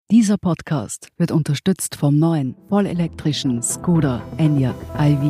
Dieser Podcast wird unterstützt vom neuen vollelektrischen Skoda Enyaq iV.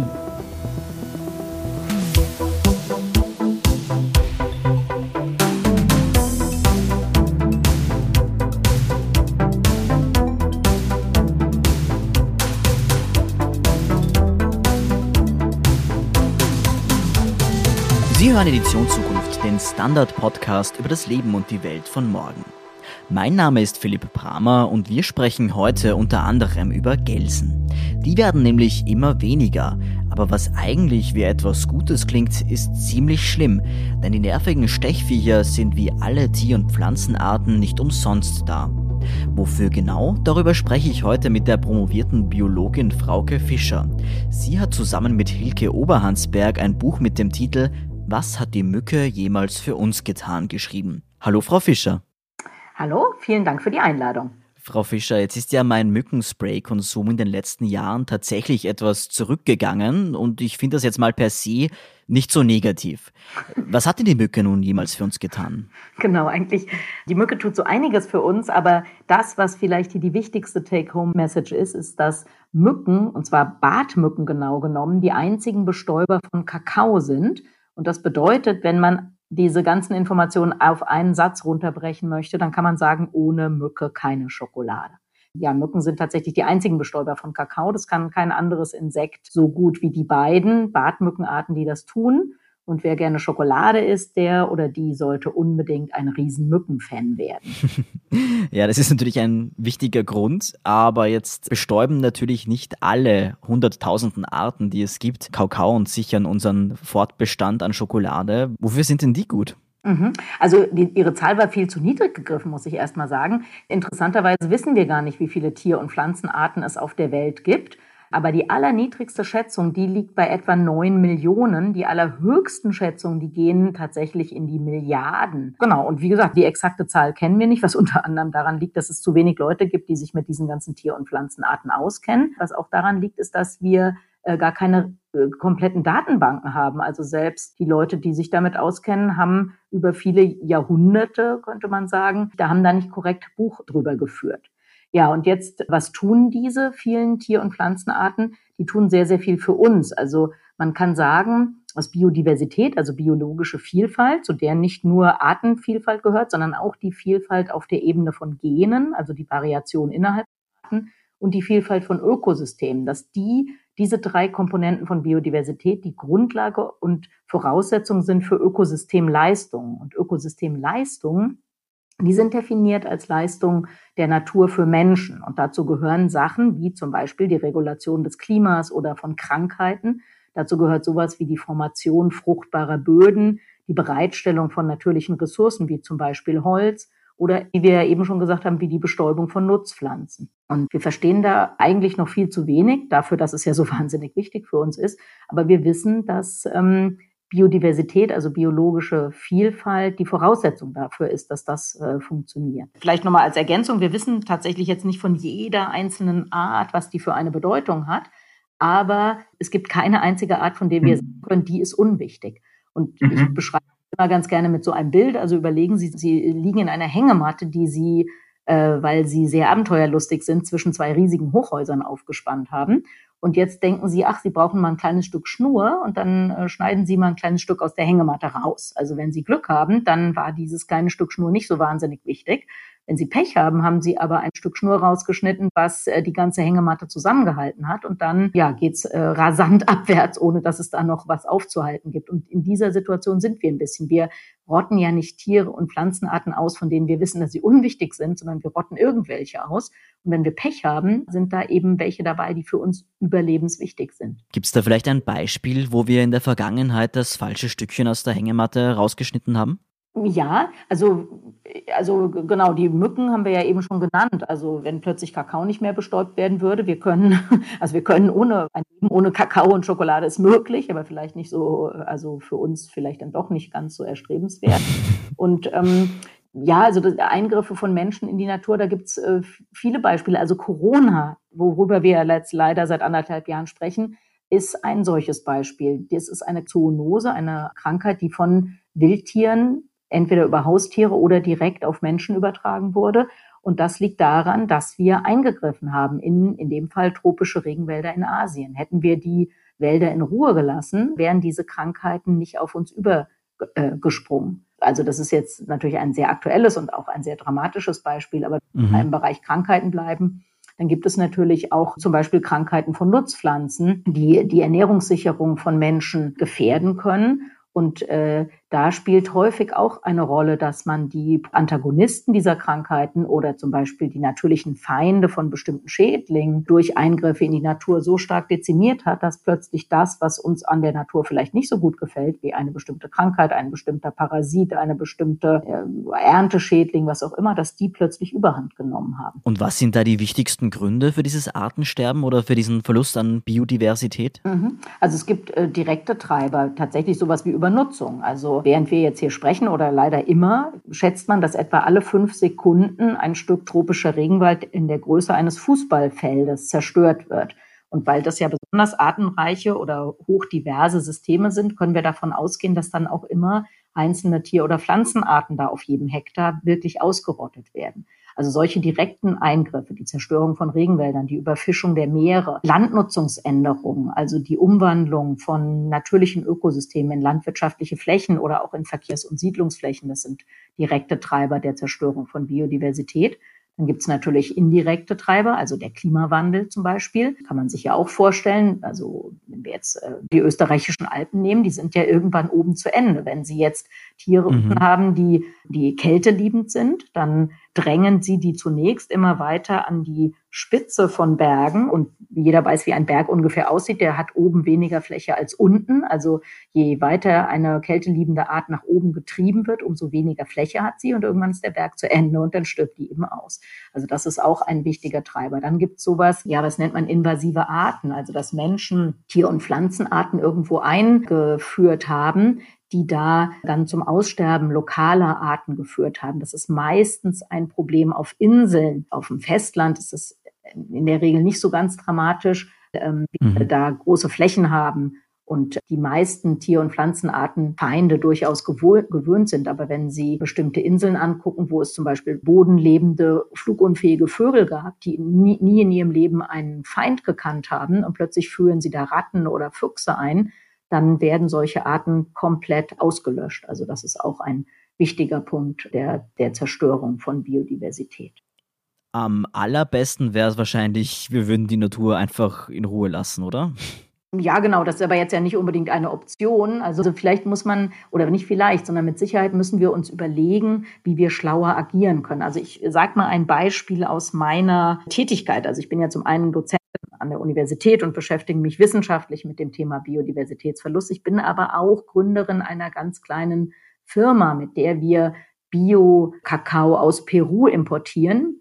Sie hören Edition Zukunft, den Standard-Podcast über das Leben und die Welt von morgen. Mein Name ist Philipp Bramer und wir sprechen heute unter anderem über Gelsen. Die werden nämlich immer weniger, aber was eigentlich wie etwas Gutes klingt, ist ziemlich schlimm, denn die nervigen Stechviecher sind wie alle Tier- und Pflanzenarten nicht umsonst da. Wofür genau? Darüber spreche ich heute mit der promovierten Biologin Frauke Fischer. Sie hat zusammen mit Hilke Oberhansberg ein Buch mit dem Titel »Was hat die Mücke jemals für uns getan?« geschrieben. Hallo Frau Fischer. Hallo, vielen Dank für die Einladung. Frau Fischer, jetzt ist ja mein Mückenspray-Konsum in den letzten Jahren tatsächlich etwas zurückgegangen und ich finde das jetzt mal per se nicht so negativ. Was hat denn die Mücke nun jemals für uns getan? Genau, eigentlich, die Mücke tut so einiges für uns, aber das, was vielleicht hier die wichtigste Take-Home-Message ist, dass Mücken, und zwar Bartmücken genau genommen, die einzigen Bestäuber von Kakao sind. Und das bedeutet, wenn man diese ganzen Informationen auf einen Satz runterbrechen möchte, dann kann man sagen, ohne Mücke keine Schokolade. Ja, Mücken sind tatsächlich die einzigen Bestäuber von Kakao. Das kann kein anderes Insekt so gut wie die beiden Bartmückenarten, die das tun. Und wer gerne Schokolade isst, der oder die sollte unbedingt ein Riesenmückenfan werden. Ja, das ist natürlich ein wichtiger Grund, aber jetzt bestäuben natürlich nicht alle hunderttausenden Arten, die es gibt, Kakao und sichern unseren Fortbestand an Schokolade. Wofür sind denn die gut? Also ihre Zahl war viel zu niedrig gegriffen, muss ich erst mal sagen. Interessanterweise wissen wir gar nicht, wie viele Tier- und Pflanzenarten es auf der Welt gibt. Aber die allerniedrigste Schätzung, die liegt bei etwa 9 Millionen. Die allerhöchsten Schätzungen, die gehen tatsächlich in die Milliarden. Genau, und wie gesagt, die exakte Zahl kennen wir nicht, was unter anderem daran liegt, dass es zu wenig Leute gibt, die sich mit diesen ganzen Tier- und Pflanzenarten auskennen. Was auch daran liegt, ist, dass wir gar keine kompletten Datenbanken haben. Also selbst die Leute, die sich damit auskennen, haben über viele Jahrhunderte, könnte man sagen, haben da nicht korrekt Buch drüber geführt. Ja, und jetzt, was tun diese vielen Tier- und Pflanzenarten? Die tun sehr, sehr viel für uns. Also man kann sagen, aus Biodiversität, also biologische Vielfalt, zu der nicht nur Artenvielfalt gehört, sondern auch die Vielfalt auf der Ebene von Genen, also die Variation innerhalb der Arten und die Vielfalt von Ökosystemen, dass diese 3 Komponenten von Biodiversität die Grundlage und Voraussetzung sind für Ökosystemleistungen. Und Ökosystemleistungen, die sind definiert als Leistung der Natur für Menschen. Und dazu gehören Sachen wie zum Beispiel die Regulation des Klimas oder von Krankheiten. Dazu gehört sowas wie die Formation fruchtbarer Böden, die Bereitstellung von natürlichen Ressourcen wie zum Beispiel Holz oder, wie wir ja eben schon gesagt haben, wie die Bestäubung von Nutzpflanzen. Und wir verstehen da eigentlich noch viel zu wenig dafür, dass es ja so wahnsinnig wichtig für uns ist. Aber wir wissen, dass Biodiversität, also biologische Vielfalt, die Voraussetzung dafür ist, dass das funktioniert. Vielleicht nochmal als Ergänzung, wir wissen tatsächlich jetzt nicht von jeder einzelnen Art, was die für eine Bedeutung hat, aber es gibt keine einzige Art, von der wir sagen können, die ist unwichtig. Und ich beschreibe immer ganz gerne mit so einem Bild, also überlegen Sie, Sie liegen in einer Hängematte, die Sie, weil Sie sehr abenteuerlustig sind, zwischen 2 riesigen Hochhäusern aufgespannt haben. Und jetzt denken Sie, Sie brauchen mal ein kleines Stück Schnur und dann schneiden Sie mal ein kleines Stück aus der Hängematte raus. Also wenn Sie Glück haben, dann war dieses kleine Stück Schnur nicht so wahnsinnig wichtig. Wenn Sie Pech haben, haben Sie aber ein Stück Schnur rausgeschnitten, was die ganze Hängematte zusammengehalten hat. Und dann geht's rasant abwärts, ohne dass es da noch was aufzuhalten gibt. Und in dieser Situation sind wir ein bisschen. Wir rotten ja nicht Tiere und Pflanzenarten aus, von denen wir wissen, dass sie unwichtig sind, sondern wir rotten irgendwelche aus. Und wenn wir Pech haben, sind da eben welche dabei, die für uns überlebenswichtig sind. Gibt es da vielleicht ein Beispiel, wo wir in der Vergangenheit das falsche Stückchen aus der Hängematte rausgeschnitten haben? Ja, also genau, die Mücken haben wir ja eben schon genannt. Also wenn plötzlich Kakao nicht mehr bestäubt werden würde, wir können ein Leben ohne Kakao und Schokolade ist möglich, aber vielleicht nicht so, also für uns vielleicht dann doch nicht ganz so erstrebenswert. Und also Eingriffe von Menschen in die Natur, da gibt's viele Beispiele. Also Corona, worüber wir jetzt leider seit 1,5 Jahren sprechen, ist ein solches Beispiel. Das ist eine Zoonose, eine Krankheit, die von Wildtieren entweder über Haustiere oder direkt auf Menschen übertragen wurde. Und das liegt daran, dass wir eingegriffen haben in dem Fall tropische Regenwälder in Asien. Hätten wir die Wälder in Ruhe gelassen, wären diese Krankheiten nicht auf uns übergesprungen. Also das ist jetzt natürlich ein sehr aktuelles und auch ein sehr dramatisches Beispiel, aber wenn wir im Bereich Krankheiten bleiben, dann gibt es natürlich auch zum Beispiel Krankheiten von Nutzpflanzen, die die Ernährungssicherung von Menschen gefährden können. Und da spielt häufig auch eine Rolle, dass man die Antagonisten dieser Krankheiten oder zum Beispiel die natürlichen Feinde von bestimmten Schädlingen durch Eingriffe in die Natur so stark dezimiert hat, dass plötzlich das, was uns an der Natur vielleicht nicht so gut gefällt, wie eine bestimmte Krankheit, ein bestimmter Parasit, eine bestimmte Ernteschädling, was auch immer, dass die plötzlich Überhand genommen haben. Und was sind da die wichtigsten Gründe für dieses Artensterben oder für diesen Verlust an Biodiversität? Also es gibt direkte Treiber, tatsächlich sowas wie Übernutzung. Also während wir jetzt hier sprechen oder leider immer, schätzt man, dass etwa alle 5 Sekunden ein Stück tropischer Regenwald in der Größe eines Fußballfeldes zerstört wird. Und weil das ja besonders artenreiche oder hochdiverse Systeme sind, können wir davon ausgehen, dass dann auch immer einzelne Tier- oder Pflanzenarten da auf jedem Hektar wirklich ausgerottet werden. Also solche direkten Eingriffe, die Zerstörung von Regenwäldern, die Überfischung der Meere, Landnutzungsänderungen, also die Umwandlung von natürlichen Ökosystemen in landwirtschaftliche Flächen oder auch in Verkehrs- und Siedlungsflächen, das sind direkte Treiber der Zerstörung von Biodiversität. Dann gibt es natürlich indirekte Treiber, also der Klimawandel zum Beispiel. Kann man sich ja auch vorstellen, also wenn wir jetzt die österreichischen Alpen nehmen, die sind ja irgendwann oben zu Ende. Wenn Sie jetzt Tiere haben, die kälteliebend sind, dann drängen sie die zunächst immer weiter an die Spitze von Bergen. Und jeder weiß, wie ein Berg ungefähr aussieht. Der hat oben weniger Fläche als unten. Also je weiter eine kälteliebende Art nach oben getrieben wird, umso weniger Fläche hat sie. Und irgendwann ist der Berg zu Ende und dann stirbt die eben aus. Also das ist auch ein wichtiger Treiber. Dann gibt es sowas, ja, was nennt man invasive Arten? Also dass Menschen Tier- und Pflanzenarten irgendwo eingeführt haben, die da dann zum Aussterben lokaler Arten geführt haben. Das ist meistens ein Problem auf Inseln. Auf dem Festland ist es in der Regel nicht so ganz dramatisch, wir da große Flächen haben und die meisten Tier- und Pflanzenarten Feinde durchaus gewöhnt sind. Aber wenn Sie bestimmte Inseln angucken, wo es zum Beispiel bodenlebende, flugunfähige Vögel gab, die nie in ihrem Leben einen Feind gekannt haben und plötzlich führen sie da Ratten oder Füchse ein, dann werden solche Arten komplett ausgelöscht. Also das ist auch ein wichtiger Punkt der Zerstörung von Biodiversität. Am allerbesten wäre es wahrscheinlich, wir würden die Natur einfach in Ruhe lassen, oder? Ja, genau, das ist aber jetzt ja nicht unbedingt eine Option. Also vielleicht muss man, oder nicht vielleicht, sondern mit Sicherheit müssen wir uns überlegen, wie wir schlauer agieren können. Also ich sage mal ein Beispiel aus meiner Tätigkeit. Also ich bin ja zum einen Dozent an der Universität und beschäftige mich wissenschaftlich mit dem Thema Biodiversitätsverlust. Ich bin aber auch Gründerin einer ganz kleinen Firma, mit der wir Bio-Kakao aus Peru importieren.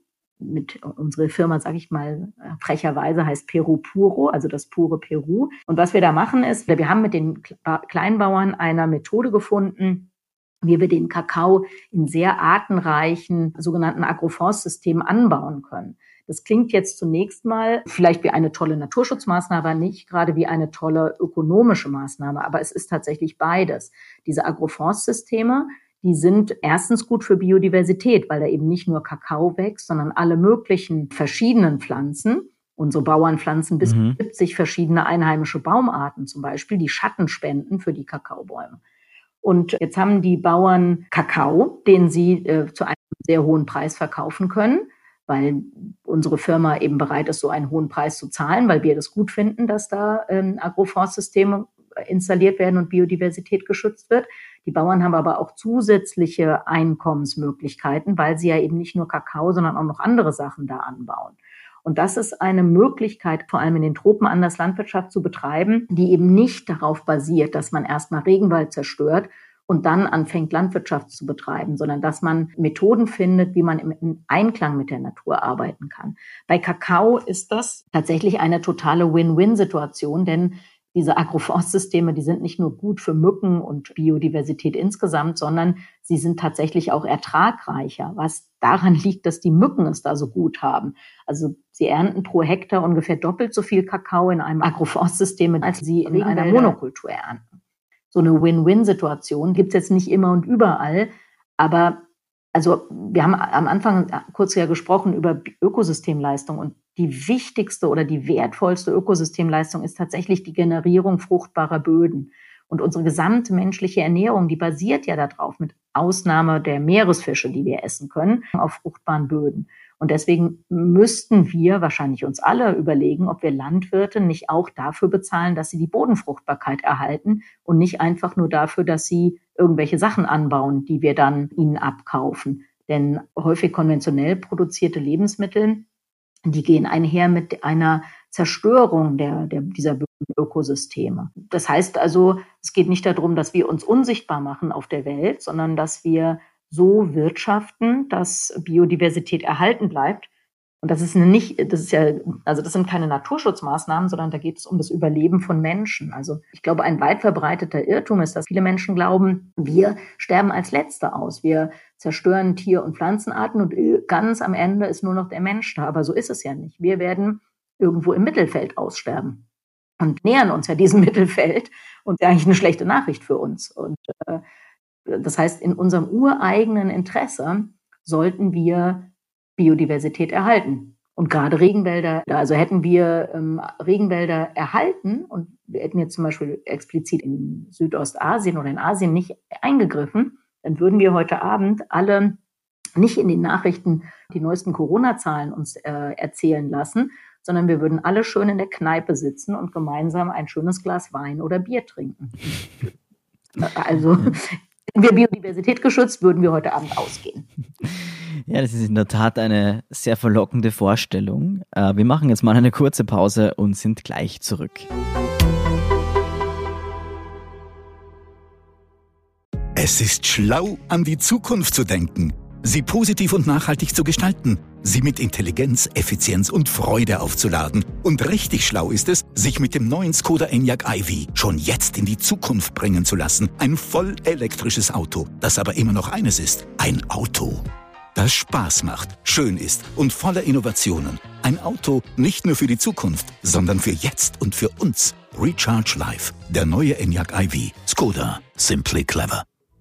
Unsere Firma, sage ich mal, frecherweise heißt Peru Puro, also das pure Peru. Und was wir da machen ist, wir haben mit den Kleinbauern eine Methode gefunden, wie wir den Kakao in sehr artenreichen sogenannten Agroforstsystemen anbauen können. Das klingt jetzt zunächst mal vielleicht wie eine tolle Naturschutzmaßnahme, aber nicht gerade wie eine tolle ökonomische Maßnahme. Aber es ist tatsächlich beides. Diese Agroforstsysteme, die sind erstens gut für Biodiversität, weil da eben nicht nur Kakao wächst, sondern alle möglichen verschiedenen Pflanzen. Unsere Bauern pflanzen bis zu 70 verschiedene einheimische Baumarten zum Beispiel, die Schatten spenden für die Kakaobäume. Und jetzt haben die Bauern Kakao, den sie zu einem sehr hohen Preis verkaufen können, weil unsere Firma eben bereit ist, so einen hohen Preis zu zahlen, weil wir das gut finden, dass da Agroforstsysteme installiert werden und Biodiversität geschützt wird. Die Bauern haben aber auch zusätzliche Einkommensmöglichkeiten, weil sie ja eben nicht nur Kakao, sondern auch noch andere Sachen da anbauen. Und das ist eine Möglichkeit, vor allem in den Tropen anders Landwirtschaft zu betreiben, die eben nicht darauf basiert, dass man erstmal Regenwald zerstört und dann anfängt, Landwirtschaft zu betreiben, sondern dass man Methoden findet, wie man im Einklang mit der Natur arbeiten kann. Bei Kakao ist das tatsächlich eine totale Win-Win-Situation, denn diese Agroforstsysteme, die sind nicht nur gut für Mücken und Biodiversität insgesamt, sondern sie sind tatsächlich auch ertragreicher, was daran liegt, dass die Mücken es da so gut haben. Also sie ernten pro Hektar ungefähr doppelt so viel Kakao in einem Agroforstsystem, als sie in einer Monokultur ernten. So eine Win-Win-Situation gibt es jetzt nicht immer und überall, aber Also wir haben am Anfang kurz ja gesprochen über Ökosystemleistung und die wichtigste oder die wertvollste Ökosystemleistung ist tatsächlich die Generierung fruchtbarer Böden. Und unsere gesamte menschliche Ernährung, die basiert ja darauf, mit Ausnahme der Meeresfische, die wir essen können, auf fruchtbaren Böden. Und deswegen müssten wir wahrscheinlich uns alle überlegen, ob wir Landwirte nicht auch dafür bezahlen, dass sie die Bodenfruchtbarkeit erhalten und nicht einfach nur dafür, dass sie irgendwelche Sachen anbauen, die wir dann ihnen abkaufen. Denn häufig konventionell produzierte Lebensmittel, die gehen einher mit einer Zerstörung dieser Ökosysteme. Das heißt also, es geht nicht darum, dass wir uns unsichtbar machen auf der Welt, sondern dass wir so wirtschaften, dass Biodiversität erhalten bleibt. Und das sind keine Naturschutzmaßnahmen, sondern da geht es um das Überleben von Menschen. Also ich glaube, ein weit verbreiteter Irrtum ist, dass viele Menschen glauben, wir sterben als Letzte aus. Wir zerstören Tier- und Pflanzenarten und ganz am Ende ist nur noch der Mensch da. Aber so ist es ja nicht. Wir werden irgendwo im Mittelfeld aussterben und nähern uns ja diesem Mittelfeld. Und das ist eigentlich eine schlechte Nachricht für uns. Und das heißt, in unserem ureigenen Interesse sollten wir Biodiversität erhalten. Und gerade Regenwälder, also hätten wir Regenwälder erhalten und wir hätten jetzt zum Beispiel explizit in Südostasien oder in Asien nicht eingegriffen, dann würden wir heute Abend alle nicht in den Nachrichten die neuesten Corona-Zahlen uns erzählen lassen, sondern wir würden alle schön in der Kneipe sitzen und gemeinsam ein schönes Glas Wein oder Bier trinken. Also hätten wir Biodiversität geschützt, würden wir heute Abend ausgehen. Ja, das ist in der Tat eine sehr verlockende Vorstellung. Wir machen jetzt mal eine kurze Pause und sind gleich zurück. Es ist schlau, an die Zukunft zu denken, sie positiv und nachhaltig zu gestalten, sie mit Intelligenz, Effizienz und Freude aufzuladen. Und richtig schlau ist es, sich mit dem neuen Skoda Enyaq iV schon jetzt in die Zukunft bringen zu lassen. Ein voll elektrisches Auto, das aber immer noch eines ist: ein Auto, das Spaß macht, schön ist und voller Innovationen. Ein Auto nicht nur für die Zukunft, sondern für jetzt und für uns. Recharge Life, der neue Enyaq iV. Skoda, simply clever.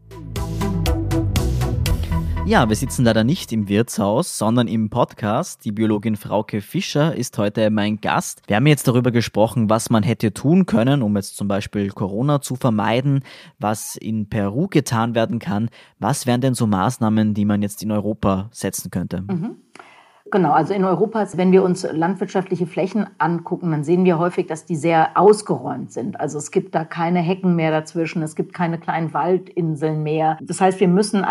Ja, wir sitzen leider nicht im Wirtshaus, sondern im Podcast. Die Biologin Frauke Fischer ist heute mein Gast. Wir haben jetzt darüber gesprochen, was man hätte tun können, um jetzt zum Beispiel Corona zu vermeiden, was in Peru getan werden kann. Was wären denn so Maßnahmen, die man jetzt in Europa setzen könnte? Genau, also in Europa, wenn wir uns landwirtschaftliche Flächen angucken, dann sehen wir häufig, dass die sehr ausgeräumt sind. Also es gibt da keine Hecken mehr dazwischen, es gibt keine kleinen Waldinseln mehr. Das heißt, wir müssen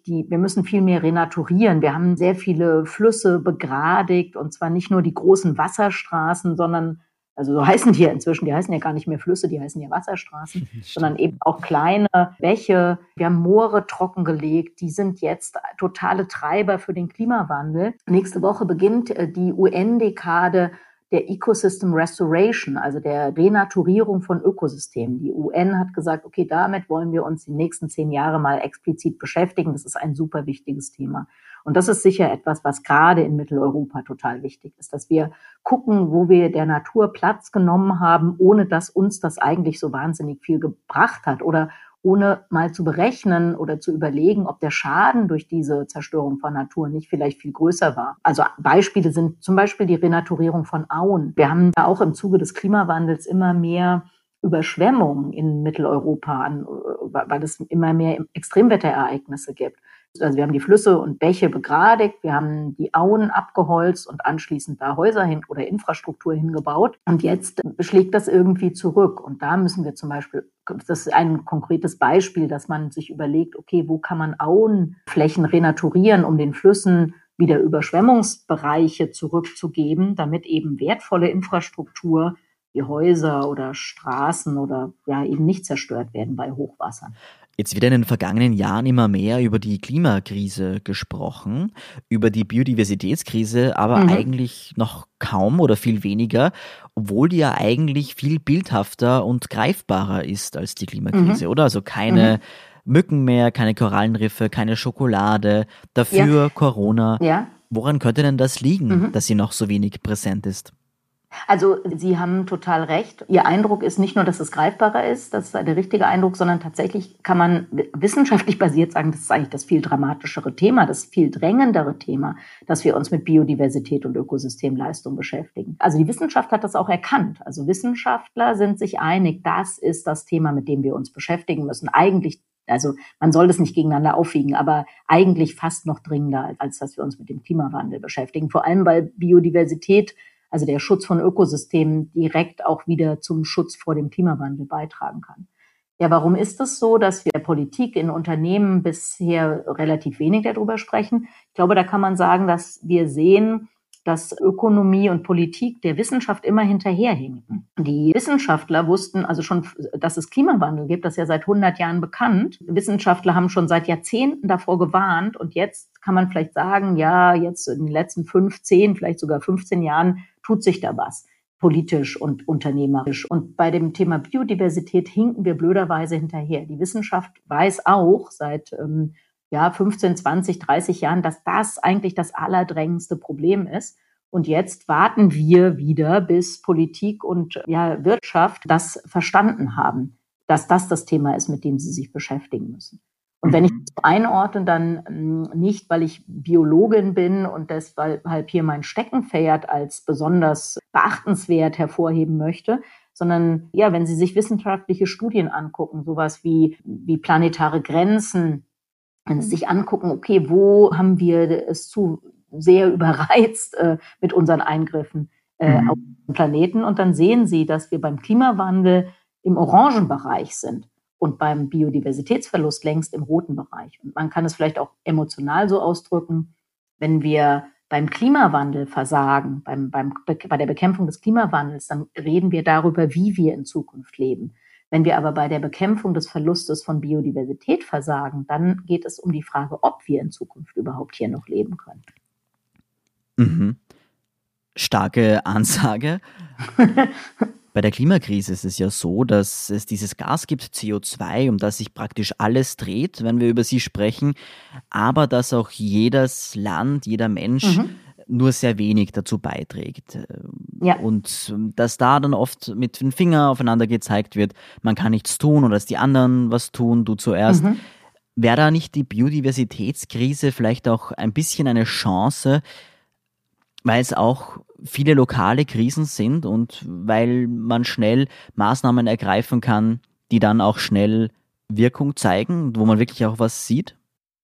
viel mehr renaturieren. Wir haben sehr viele Flüsse begradigt und zwar nicht nur die großen Wasserstraßen, sondern also so heißen die ja inzwischen, die heißen ja gar nicht mehr Flüsse, die heißen ja Wasserstraßen, sondern eben auch kleine Bäche. Wir haben Moore trockengelegt, die sind jetzt totale Treiber für den Klimawandel. Nächste Woche beginnt die UN-Dekade der Ecosystem Restoration, also der Renaturierung von Ökosystemen. Die UN hat gesagt, okay, damit wollen wir uns die nächsten 10 Jahre mal explizit beschäftigen. Das ist ein super wichtiges Thema. Und das ist sicher etwas, was gerade in Mitteleuropa total wichtig ist, dass wir gucken, wo wir der Natur Platz genommen haben, ohne dass uns das eigentlich so wahnsinnig viel gebracht hat oder ohne mal zu berechnen oder zu überlegen, ob der Schaden durch diese Zerstörung von Natur nicht vielleicht viel größer war. Also Beispiele sind zum Beispiel die Renaturierung von Auen. Wir haben ja auch im Zuge des Klimawandels immer mehr Überschwemmungen in Mitteleuropa, weil es immer mehr Extremwetterereignisse gibt. Also wir haben die Flüsse und Bäche begradigt, wir haben die Auen abgeholzt und anschließend da Häuser hin oder Infrastruktur hingebaut. Und jetzt schlägt das irgendwie zurück. Und da müssen wir zum Beispiel, das ist ein konkretes Beispiel, dass man sich überlegt, okay, wo kann man Auenflächen renaturieren, um den Flüssen wieder Überschwemmungsbereiche zurückzugeben, damit eben wertvolle Infrastruktur wie Häuser oder Straßen oder ja eben nicht zerstört werden bei Hochwassern. Jetzt wird in den vergangenen Jahren immer mehr über die Klimakrise gesprochen, über die Biodiversitätskrise, aber eigentlich noch kaum oder viel weniger, obwohl die ja eigentlich viel bildhafter und greifbarer ist als die Klimakrise, oder? Also keine Mücken mehr, keine Korallenriffe, keine Schokolade, dafür Corona. Ja. Woran könnte denn das liegen, dass sie noch so wenig präsent ist? Also Sie haben total recht. Ihr Eindruck ist nicht nur, dass es greifbarer ist, das ist der richtige Eindruck, sondern tatsächlich kann man wissenschaftlich basiert sagen, das ist eigentlich das viel dramatischere Thema, das viel drängendere Thema, dass wir uns mit Biodiversität und Ökosystemleistung beschäftigen. Also die Wissenschaft hat das auch erkannt. Also Wissenschaftler sind sich einig, das ist das Thema, mit dem wir uns beschäftigen müssen. Eigentlich, also man soll das nicht gegeneinander aufwiegen, aber eigentlich fast noch dringender, als dass wir uns mit dem Klimawandel beschäftigen. Vor allem, weil Biodiversität, also der Schutz von Ökosystemen, direkt auch wieder zum Schutz vor dem Klimawandel beitragen kann. Ja, warum ist es so, dass wir in der Politik, in Unternehmen bisher relativ wenig darüber sprechen? Ich glaube, da kann man sagen, dass wir sehen, dass Ökonomie und Politik der Wissenschaft immer hinterherhinken. Die Wissenschaftler wussten also schon, dass es Klimawandel gibt, das ist ja seit 100 Jahren bekannt. Wissenschaftler haben schon seit Jahrzehnten davor gewarnt und jetzt kann man vielleicht sagen, ja, jetzt in den letzten 10, vielleicht sogar 15 Jahren tut sich da was, politisch und unternehmerisch. Und bei dem Thema Biodiversität hinken wir blöderweise hinterher. Die Wissenschaft weiß auch seit 15, 20, 30 Jahren, dass das eigentlich das allerdrängendste Problem ist. Und jetzt warten wir wieder, bis Politik und Wirtschaft das verstanden haben, dass das Thema ist, mit dem sie sich beschäftigen müssen. Und wenn ich das einordne, dann nicht, weil ich Biologin bin und deshalb hier mein Steckenpferd als besonders beachtenswert hervorheben möchte, sondern wenn Sie sich wissenschaftliche Studien angucken, sowas wie planetare Grenzen, wenn Sie sich angucken, okay, wo haben wir es zu sehr überreizt mit unseren Eingriffen auf dem Planeten? Und dann sehen Sie, dass wir beim Klimawandel im orangen Bereich sind und beim Biodiversitätsverlust längst im roten Bereich. Und man kann es vielleicht auch emotional so ausdrücken, wenn wir beim Klimawandel versagen, bei der Bekämpfung des Klimawandels, dann reden wir darüber, wie wir in Zukunft leben. Wenn wir aber bei der Bekämpfung des Verlustes von Biodiversität versagen, dann geht es um die Frage, ob wir in Zukunft überhaupt hier noch leben können. Mhm. Starke Ansage. Bei der Klimakrise ist es ja so, dass es dieses Gas gibt, CO2, um das sich praktisch alles dreht, wenn wir über sie sprechen, aber dass auch jedes Land, jeder Mensch nur sehr wenig dazu beiträgt. Ja. Und dass da dann oft mit dem Finger aufeinander gezeigt wird, man kann nichts tun oder dass die anderen was tun, du zuerst. Wäre da nicht die Biodiversitätskrise vielleicht auch ein bisschen eine Chance, weil es auch viele lokale Krisen sind und weil man schnell Maßnahmen ergreifen kann, die dann auch schnell Wirkung zeigen, wo man wirklich auch was sieht?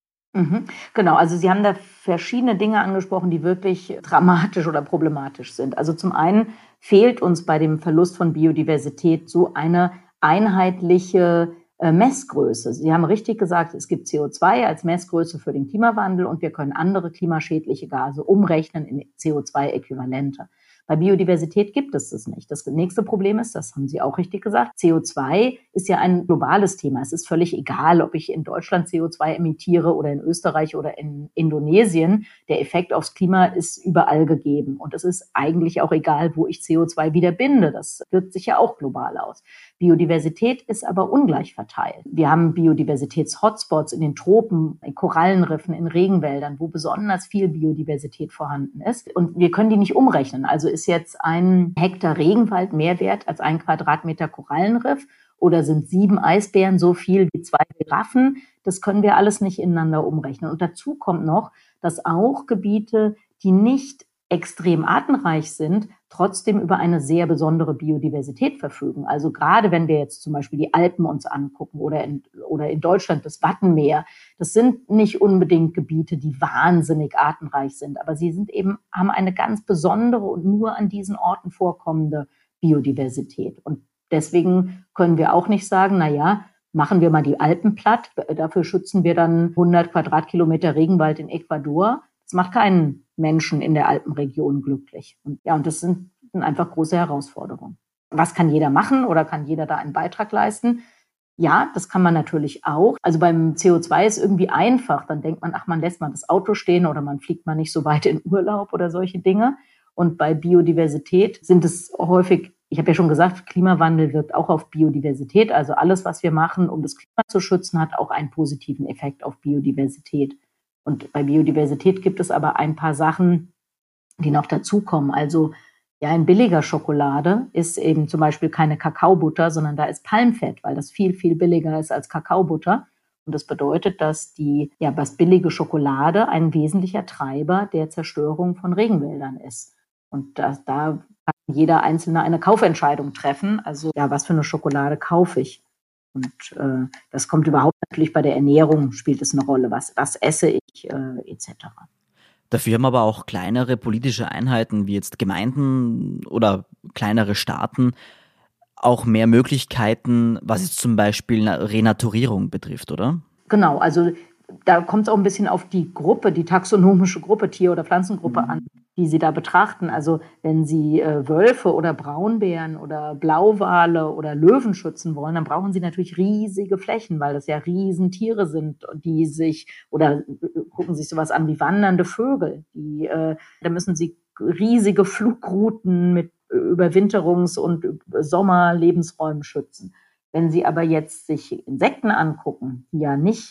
Genau, also Sie haben da verschiedene Dinge angesprochen, die wirklich dramatisch oder problematisch sind. Also zum einen fehlt uns bei dem Verlust von Biodiversität so eine einheitliche Messgröße. Sie haben richtig gesagt, es gibt CO2 als Messgröße für den Klimawandel und wir können andere klimaschädliche Gase umrechnen in CO2-Äquivalente. Bei Biodiversität gibt es das nicht. Das nächste Problem ist, das haben Sie auch richtig gesagt, CO2 ist ja ein globales Thema. Es ist völlig egal, ob ich in Deutschland CO2 emittiere oder in Österreich oder in Indonesien. Der Effekt aufs Klima ist überall gegeben. Und es ist eigentlich auch egal, wo ich CO2 wieder binde. Das wirkt sich ja auch global aus. Biodiversität ist aber ungleich verteilt. Wir haben Biodiversitäts-Hotspots in den Tropen, in Korallenriffen, in Regenwäldern, wo besonders viel Biodiversität vorhanden ist. Und wir können die nicht umrechnen. Also ist jetzt 1 Hektar Regenwald mehr wert als 1 Quadratmeter Korallenriff? Oder sind 7 Eisbären so viel wie 2 Giraffen? Das können wir alles nicht ineinander umrechnen. Und dazu kommt noch, dass auch Gebiete, die nicht extrem artenreich sind, trotzdem über eine sehr besondere Biodiversität verfügen. Also gerade wenn wir jetzt zum Beispiel die Alpen uns angucken oder in Deutschland das Wattenmeer, das sind nicht unbedingt Gebiete, die wahnsinnig artenreich sind, aber sie haben eine ganz besondere und nur an diesen Orten vorkommende Biodiversität. Und deswegen können wir auch nicht sagen, machen wir mal die Alpen platt, dafür schützen wir dann 100 Quadratkilometer Regenwald in Ecuador. Das macht keinen Menschen in der Alpenregion glücklich. Und das sind einfach große Herausforderungen. Was kann jeder machen oder kann jeder da einen Beitrag leisten? Ja, das kann man natürlich auch. Also beim CO2 ist irgendwie einfach. Dann denkt man, man lässt mal das Auto stehen oder man fliegt mal nicht so weit in Urlaub oder solche Dinge. Und bei Biodiversität sind es häufig, ich habe ja schon gesagt, Klimawandel wirkt auch auf Biodiversität. Also alles, was wir machen, um das Klima zu schützen, hat auch einen positiven Effekt auf Biodiversität. Und bei Biodiversität gibt es aber ein paar Sachen, die noch dazukommen. Also Ja, in billiger Schokolade ist eben zum Beispiel keine Kakaobutter, sondern da ist Palmfett, weil das viel, viel billiger ist als Kakaobutter. Und das bedeutet, dass was billige Schokolade ein wesentlicher Treiber der Zerstörung von Regenwäldern ist. Und da kann jeder Einzelne eine Kaufentscheidung treffen. Also was für eine Schokolade kaufe ich? Und das kommt überhaupt natürlich bei der Ernährung, spielt es eine Rolle. Was esse ich etc. Dafür haben aber auch kleinere politische Einheiten wie jetzt Gemeinden oder kleinere Staaten auch mehr Möglichkeiten, was jetzt zum Beispiel Renaturierung betrifft, oder? Genau, also da kommt es auch ein bisschen auf die Gruppe, die taxonomische Gruppe, Tier- oder Pflanzengruppe an, die Sie da betrachten. Also wenn Sie Wölfe oder Braunbären oder Blauwale oder Löwen schützen wollen, dann brauchen Sie natürlich riesige Flächen, weil das ja Riesentiere sind, die gucken sich sowas an wie wandernde Vögel. Da müssen Sie riesige Flugrouten mit Überwinterungs- und Sommerlebensräumen schützen. Wenn Sie aber jetzt sich Insekten angucken, die ja nicht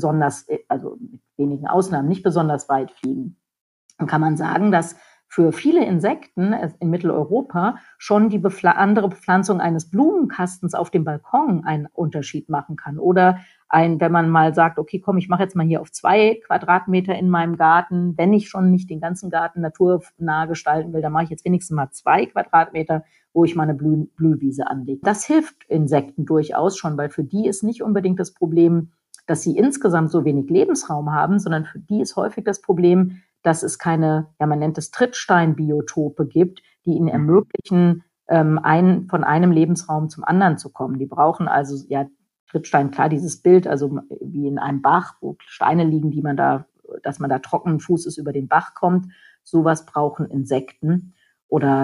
also mit wenigen Ausnahmen, nicht besonders weit fliegen, dann kann man sagen, dass für viele Insekten in Mitteleuropa schon die andere Bepflanzung eines Blumenkastens auf dem Balkon einen Unterschied machen kann. Oder wenn man mal sagt, okay, komm, ich mache jetzt mal hier auf 2 Quadratmeter in meinem Garten, wenn ich schon nicht den ganzen Garten naturnah gestalten will, dann mache ich jetzt wenigstens mal 2 Quadratmeter, wo ich mal eine Blühwiese anlege. Das hilft Insekten durchaus schon, weil für die ist nicht unbedingt das Problem, dass sie insgesamt so wenig Lebensraum haben, sondern für die ist häufig das Problem, dass es keine, man nennt es Trittsteinbiotope gibt, die ihnen ermöglichen, von einem Lebensraum zum anderen zu kommen. Die brauchen also, Trittstein, klar, dieses Bild, also wie in einem Bach, wo Steine liegen, dass man da trockenen Fußes über den Bach kommt. Sowas brauchen Insekten. Oder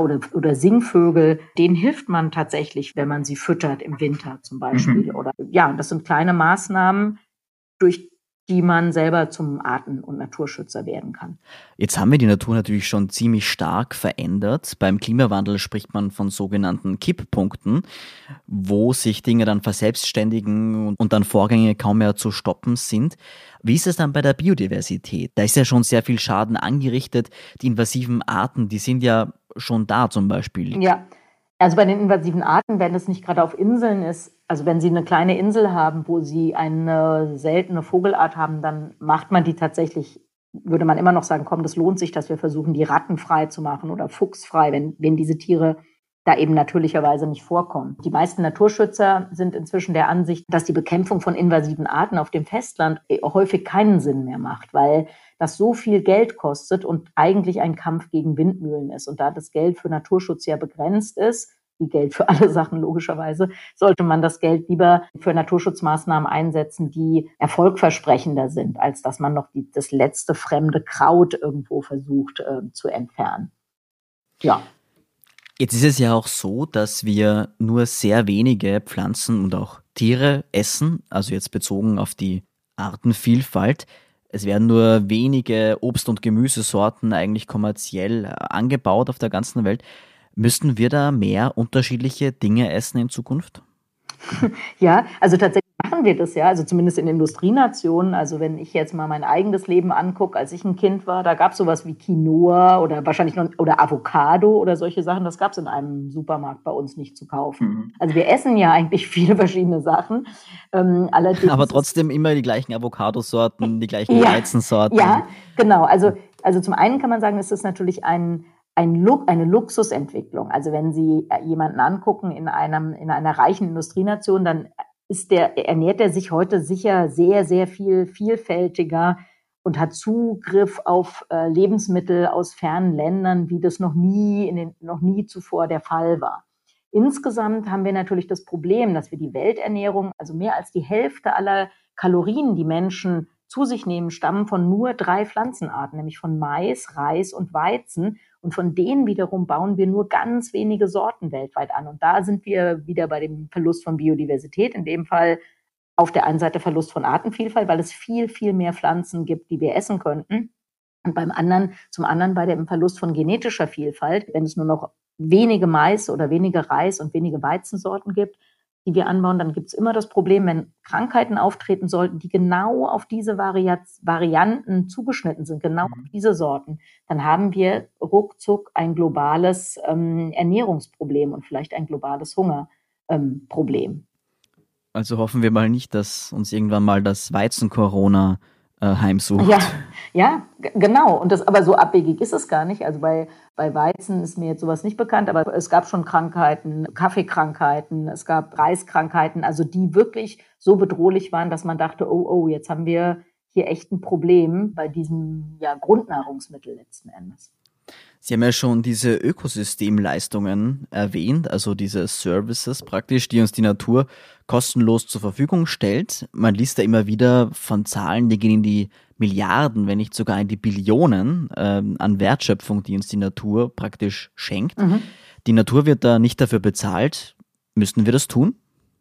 Singvögel, denen hilft man tatsächlich, wenn man sie füttert im Winter zum Beispiel. Oder das sind kleine Maßnahmen, durch die man selber zum Arten- und Naturschützer werden kann. Jetzt haben wir die Natur natürlich schon ziemlich stark verändert. Beim Klimawandel spricht man von sogenannten Kipppunkten, wo sich Dinge dann verselbstständigen und dann Vorgänge kaum mehr zu stoppen sind. Wie ist es dann bei der Biodiversität? Da ist ja schon sehr viel Schaden angerichtet. Die invasiven Arten, die sind ja schon da zum Beispiel. Ja, also bei den invasiven Arten, wenn es nicht gerade auf Inseln ist, also wenn Sie eine kleine Insel haben, wo Sie eine seltene Vogelart haben, dann macht man die tatsächlich, würde man immer noch sagen, komm, das lohnt sich, dass wir versuchen, die rattenfrei zu machen oder fuchsfrei, wenn diese Tiere da eben natürlicherweise nicht vorkommen. Die meisten Naturschützer sind inzwischen der Ansicht, dass die Bekämpfung von invasiven Arten auf dem Festland häufig keinen Sinn mehr macht, weil das so viel Geld kostet und eigentlich ein Kampf gegen Windmühlen ist. Und da das Geld für Naturschutz ja begrenzt ist, wie Geld für alle Sachen logischerweise, sollte man das Geld lieber für Naturschutzmaßnahmen einsetzen, die erfolgversprechender sind, als dass man noch das letzte fremde Kraut irgendwo versucht zu entfernen. Ja. Jetzt ist es ja auch so, dass wir nur sehr wenige Pflanzen und auch Tiere essen, also jetzt bezogen auf die Artenvielfalt. Es werden nur wenige Obst- und Gemüsesorten eigentlich kommerziell angebaut auf der ganzen Welt. Müssten wir da mehr unterschiedliche Dinge essen in Zukunft? Ja, also tatsächlich machen wir das ja, also zumindest in Industrienationen. Also wenn ich jetzt mal mein eigenes Leben angucke, als ich ein Kind war, da gab es sowas wie Quinoa oder wahrscheinlich oder Avocado oder solche Sachen. Das gab es in einem Supermarkt bei uns nicht zu kaufen. Also wir essen ja eigentlich viele verschiedene Sachen. Allerdings aber trotzdem immer die gleichen Avocadosorten, die gleichen Weizensorten. Ja, genau. Also zum einen kann man sagen, es ist natürlich eine Luxusentwicklung. Also wenn Sie jemanden angucken in einer reichen Industrienation, dann ernährt er sich heute sicher sehr, sehr viel vielfältiger und hat Zugriff auf Lebensmittel aus fernen Ländern, wie das noch nie zuvor der Fall war. Insgesamt haben wir natürlich das Problem, dass wir die Welternährung, also mehr als die Hälfte aller Kalorien, die Menschen zu sich nehmen, stammen von nur 3 Pflanzenarten, nämlich von Mais, Reis und Weizen. Und von denen wiederum bauen wir nur ganz wenige Sorten weltweit an. Und da sind wir wieder bei dem Verlust von Biodiversität, in dem Fall auf der einen Seite Verlust von Artenvielfalt, weil es viel, viel mehr Pflanzen gibt, die wir essen könnten. Und zum anderen bei dem Verlust von genetischer Vielfalt, wenn es nur noch wenige Mais oder wenige Reis und wenige Weizensorten gibt, die wir anbauen, dann gibt es immer das Problem, wenn Krankheiten auftreten sollten, die genau auf diese Varianten zugeschnitten sind, genau auf diese Sorten, dann haben wir ruckzuck ein globales Ernährungsproblem und vielleicht ein globales Hungerproblem. Also hoffen wir mal nicht, dass uns irgendwann mal das Weizen-Corona heimsucht. Ja, genau. Und aber so abwegig ist es gar nicht. Also bei Weizen ist mir jetzt sowas nicht bekannt, aber es gab schon Krankheiten, Kaffeekrankheiten, es gab Reiskrankheiten, also die wirklich so bedrohlich waren, dass man dachte, oh, jetzt haben wir hier echt ein Problem bei diesem Grundnahrungsmittel letzten Endes. Sie haben ja schon diese Ökosystemleistungen erwähnt, also diese Services praktisch, die uns die Natur kostenlos zur Verfügung stellt. Man liest da immer wieder von Zahlen, die gehen in die Milliarden, wenn nicht sogar in die Billionen an Wertschöpfung, die uns die Natur praktisch schenkt. Die Natur wird da nicht dafür bezahlt. Müssten wir das tun?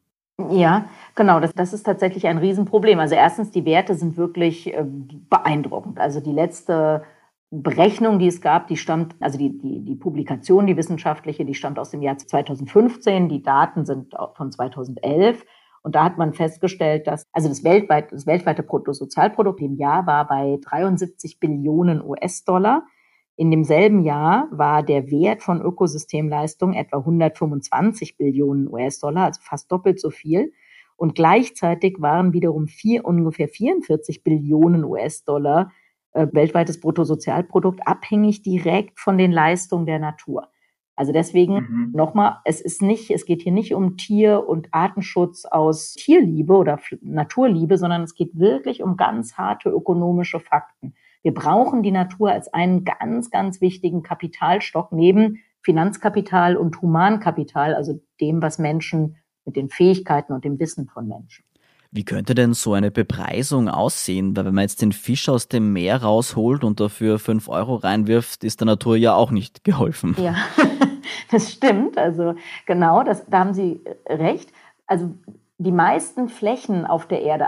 Ja, genau. Das ist tatsächlich ein Riesenproblem. Also erstens, die Werte sind wirklich beeindruckend. Also die letzte Berechnung, die es gab, die stammt, also die Publikation, die wissenschaftliche, die stammt aus dem Jahr 2015. Die Daten sind von 2011. Und da hat man festgestellt, dass, also das weltweite Bruttosozialprodukt im Jahr war bei 73 Billionen US-Dollar. In demselben Jahr war der Wert von Ökosystemleistungen etwa 125 Billionen US-Dollar, also fast doppelt so viel. Und gleichzeitig waren wiederum ungefähr 44 Billionen US-Dollar weltweites Bruttosozialprodukt abhängig direkt von den Leistungen der Natur. Also deswegen nochmal, es geht hier nicht um Tier- und Artenschutz aus Tierliebe oder Naturliebe, sondern es geht wirklich um ganz harte ökonomische Fakten. Wir brauchen die Natur als einen ganz, ganz wichtigen Kapitalstock neben Finanzkapital und Humankapital, also dem, was Menschen mit den Fähigkeiten und dem Wissen von Menschen. Wie könnte denn so eine Bepreisung aussehen? Weil wenn man jetzt den Fisch aus dem Meer rausholt und dafür 5 Euro reinwirft, ist der Natur ja auch nicht geholfen. Ja, das stimmt. Also genau, da haben Sie recht. Also die meisten Flächen auf der Erde,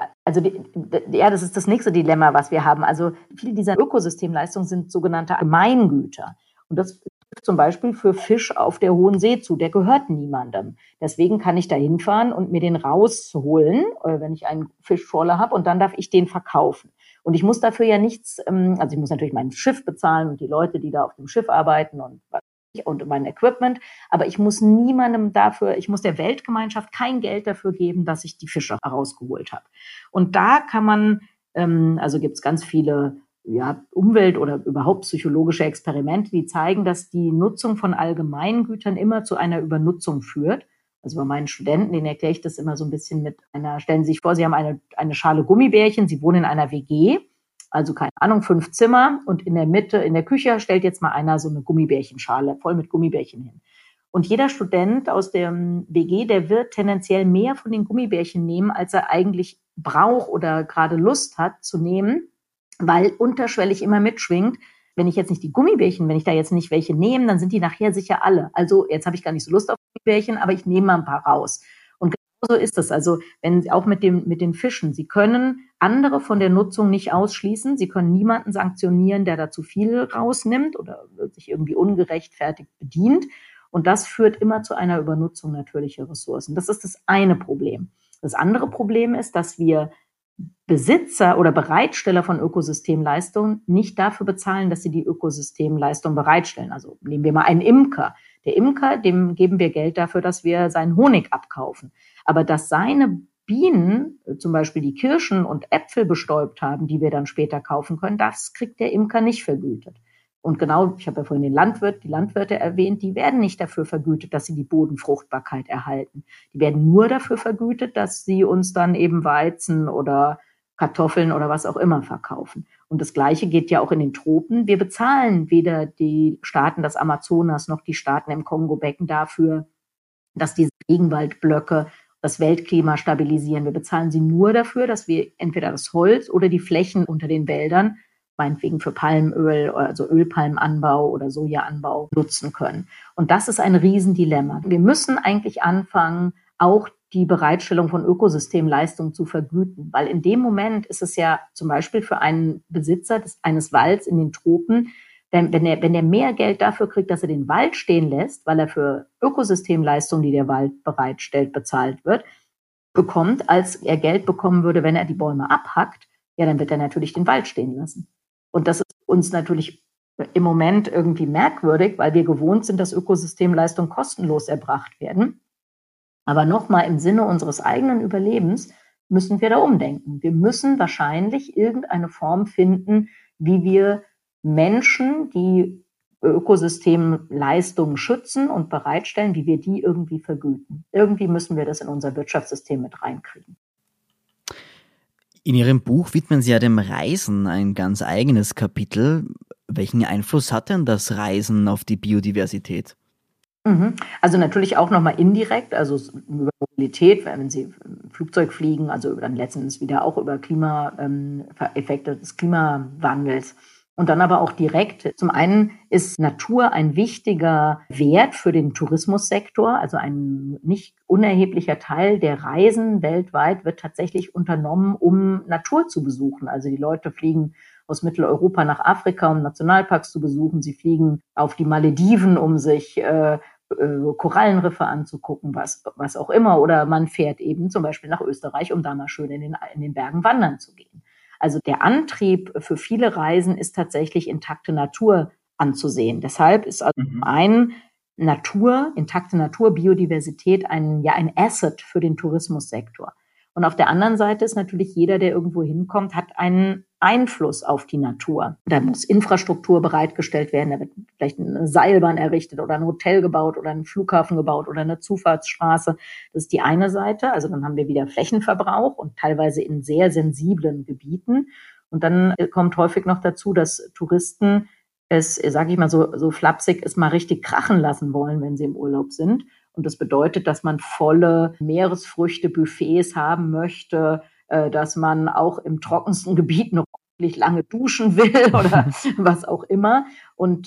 das ist das nächste Dilemma, was wir haben. Also viele dieser Ökosystemleistungen sind sogenannte Gemeingüter. Und das trifft zum Beispiel für Fisch auf der Hohen See zu. Der gehört niemandem. Deswegen kann ich da hinfahren und mir den rausholen, wenn ich einen Fischtrawler habe, und dann darf ich den verkaufen. Und ich muss dafür ja nichts, also ich muss natürlich mein Schiff bezahlen und die Leute, die da auf dem Schiff arbeiten und mein Equipment, aber ich muss ich muss der Weltgemeinschaft kein Geld dafür geben, dass ich die Fische herausgeholt habe. Und da kann man, also gibt es ganz viele Umwelt- oder überhaupt psychologische Experimente, die zeigen, dass die Nutzung von Allgemeingütern immer zu einer Übernutzung führt. Also bei meinen Studenten, denen erkläre ich das immer so ein bisschen stellen Sie sich vor, Sie haben eine Schale Gummibärchen, Sie wohnen in einer WG, also keine Ahnung, 5 Zimmer, und in der Mitte, in der Küche, stellt jetzt mal einer so eine Gummibärchenschale voll mit Gummibärchen hin. Und jeder Student aus der WG, der wird tendenziell mehr von den Gummibärchen nehmen, als er eigentlich braucht oder gerade Lust hat zu nehmen, weil unterschwellig immer mitschwingt, wenn ich da jetzt nicht welche nehme, dann sind die nachher sicher alle. Also jetzt habe ich gar nicht so Lust auf Gummibärchen, aber ich nehme mal ein paar raus. Und genauso ist es. Also auch mit den Fischen. Sie können andere von der Nutzung nicht ausschließen. Sie können niemanden sanktionieren, der da zu viel rausnimmt oder sich irgendwie ungerechtfertigt bedient. Und das führt immer zu einer Übernutzung natürlicher Ressourcen. Das ist das eine Problem. Das andere Problem ist, dass wir Besitzer oder Bereitsteller von Ökosystemleistungen nicht dafür bezahlen, dass sie die Ökosystemleistung bereitstellen. Also nehmen wir mal einen Imker. Der Imker, dem geben wir Geld dafür, dass wir seinen Honig abkaufen. Aber dass seine Bienen zum Beispiel die Kirschen und Äpfel bestäubt haben, die wir dann später kaufen können, das kriegt der Imker nicht vergütet. Und genau, ich habe ja vorhin die Landwirte erwähnt, die werden nicht dafür vergütet, dass sie die Bodenfruchtbarkeit erhalten. Die werden nur dafür vergütet, dass sie uns dann eben Weizen oder Kartoffeln oder was auch immer verkaufen. Und das Gleiche geht ja auch in den Tropen. Wir bezahlen weder die Staaten des Amazonas noch die Staaten im Kongo-Becken dafür, dass diese Regenwaldblöcke das Weltklima stabilisieren. Wir bezahlen sie nur dafür, dass wir entweder das Holz oder die Flächen unter den Wäldern meinetwegen für Palmöl, also Ölpalmenanbau oder Sojaanbau nutzen können. Und das ist ein Riesendilemma. Wir müssen eigentlich anfangen, auch die Bereitstellung von Ökosystemleistungen zu vergüten, weil in dem Moment ist es ja zum Beispiel für einen Besitzer eines Walds in den Tropen Denn wenn er mehr Geld dafür kriegt, dass er den Wald stehen lässt, weil er für Ökosystemleistungen, die der Wald bereitstellt, bezahlt wird, bekommt, als er Geld bekommen würde, wenn er die Bäume abhackt, ja, dann wird er natürlich den Wald stehen lassen. Und das ist uns natürlich im Moment irgendwie merkwürdig, weil wir gewohnt sind, dass Ökosystemleistungen kostenlos erbracht werden. Aber nochmal, im Sinne unseres eigenen Überlebens müssen wir da umdenken. Wir müssen wahrscheinlich irgendeine Form finden, wie wir Menschen, die Ökosystemleistungen schützen und bereitstellen, wie wir die irgendwie vergüten. Irgendwie müssen wir das in unser Wirtschaftssystem mit reinkriegen. In Ihrem Buch widmen Sie ja dem Reisen ein ganz eigenes Kapitel. Welchen Einfluss hat denn das Reisen auf die Biodiversität? Also natürlich auch nochmal indirekt, also über Mobilität, wenn Sie im Flugzeug fliegen, also dann letztendlich wieder auch über Effekte des Klimawandels. Und dann aber auch direkt. Zum einen ist Natur ein wichtiger Wert für den Tourismussektor. Also ein nicht unerheblicher Teil der Reisen weltweit wird tatsächlich unternommen, um Natur zu besuchen. Also die Leute fliegen aus Mitteleuropa nach Afrika, um Nationalparks zu besuchen. Sie fliegen auf die Malediven, um sich Korallenriffe anzugucken, was auch immer. Oder man fährt eben zum Beispiel nach Österreich, um da mal schön in den Bergen wandern zu gehen. Also der Antrieb für viele Reisen ist tatsächlich intakte Natur anzusehen. Deshalb ist also intakte Natur, Biodiversität ein Asset für den Tourismussektor. Und auf der anderen Seite ist natürlich jeder, der irgendwo hinkommt, hat einen Einfluss auf die Natur. Da muss Infrastruktur bereitgestellt werden, da wird vielleicht eine Seilbahn errichtet oder ein Hotel gebaut oder ein Flughafen gebaut oder eine Zufahrtsstraße. Das ist die eine Seite. Also dann haben wir wieder Flächenverbrauch und teilweise in sehr sensiblen Gebieten. Und dann kommt häufig noch dazu, dass Touristen es, sage ich mal so flapsig, es mal richtig krachen lassen wollen, wenn sie im Urlaub sind. Und das bedeutet, dass man volle Meeresfrüchte-Buffets haben möchte, dass man auch im trockensten Gebiet noch ordentlich lange duschen will oder was auch immer. Und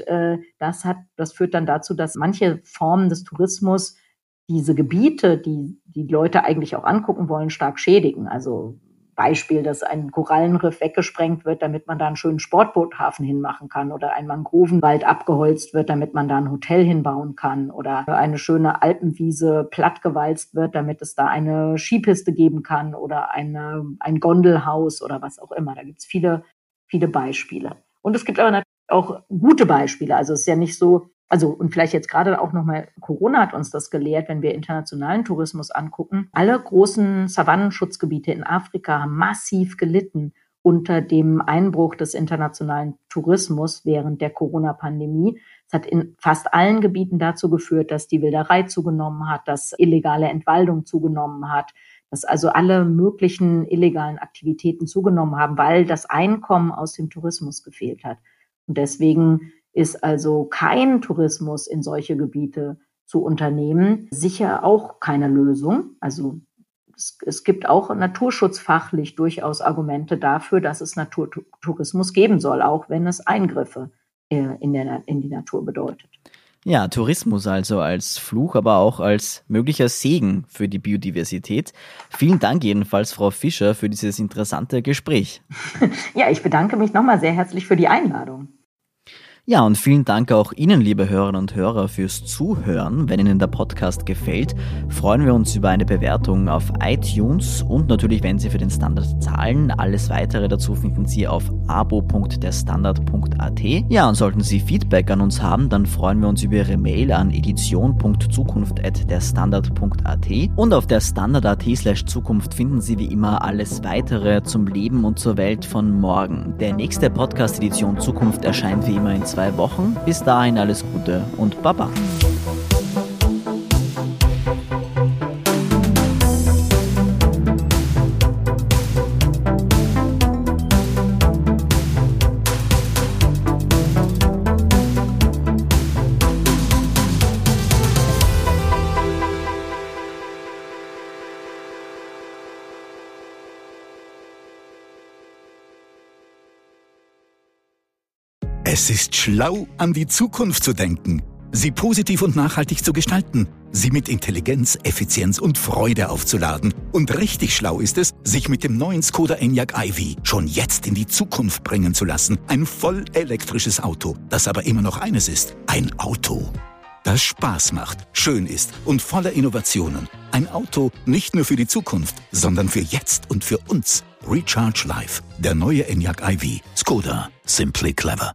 das führt dann dazu, dass manche Formen des Tourismus diese Gebiete, die die Leute eigentlich auch angucken wollen, stark schädigen. Also Beispiel, dass ein Korallenriff weggesprengt wird, damit man da einen schönen Sportboothafen hinmachen kann oder ein Mangrovenwald abgeholzt wird, damit man da ein Hotel hinbauen kann oder eine schöne Alpenwiese plattgewalzt wird, damit es da eine Skipiste geben kann oder ein Gondelhaus oder was auch immer. Da gibt es viele, viele Beispiele. Und es gibt aber natürlich auch gute Beispiele. Also es ist ja nicht so, und vielleicht jetzt gerade auch nochmal, Corona hat uns das gelehrt, wenn wir internationalen Tourismus angucken. Alle großen Savannenschutzgebiete in Afrika haben massiv gelitten unter dem Einbruch des internationalen Tourismus während der Corona-Pandemie. Es hat in fast allen Gebieten dazu geführt, dass die Wilderei zugenommen hat, dass illegale Entwaldung zugenommen hat, dass also alle möglichen illegalen Aktivitäten zugenommen haben, weil das Einkommen aus dem Tourismus gefehlt hat. Und deswegen ist also kein Tourismus in solche Gebiete zu unternehmen sicher auch keine Lösung. Also es gibt auch naturschutzfachlich durchaus Argumente dafür, dass es Naturtourismus geben soll, auch wenn es Eingriffe in die Natur bedeutet. Ja, Tourismus also als Fluch, aber auch als möglicher Segen für die Biodiversität. Vielen Dank jedenfalls, Frau Fischer, für dieses interessante Gespräch. Ja, ich bedanke mich nochmal sehr herzlich für die Einladung. Ja, und vielen Dank auch Ihnen, liebe Hörerinnen und Hörer, fürs Zuhören. Wenn Ihnen der Podcast gefällt, freuen wir uns über eine Bewertung auf iTunes und natürlich, wenn Sie für den Standard zahlen. Alles Weitere dazu finden Sie auf abo.derstandard.at. Ja, und sollten Sie Feedback an uns haben, dann freuen wir uns über Ihre Mail an edition.zukunft@derstandard.at. Und auf der Standard.at/Zukunft finden Sie wie immer alles Weitere zum Leben und zur Welt von morgen. Der nächste Podcast Edition Zukunft erscheint wie immer in 2 Wochen. Bis dahin alles Gute und Baba. Es ist schlau, an die Zukunft zu denken. sie positiv und nachhaltig zu gestalten, sie mit Intelligenz, Effizienz und Freude aufzuladen. Und richtig schlau ist es, sich mit dem neuen Skoda Enyaq iV schon jetzt in die Zukunft bringen zu lassen. Ein voll elektrisches Auto, das aber immer noch eines ist: ein Auto, das Spaß macht, schön ist und voller Innovationen. Ein Auto nicht nur für die Zukunft, sondern für jetzt und für uns. Recharge Life, der neue Enyaq iV. Skoda, simply clever.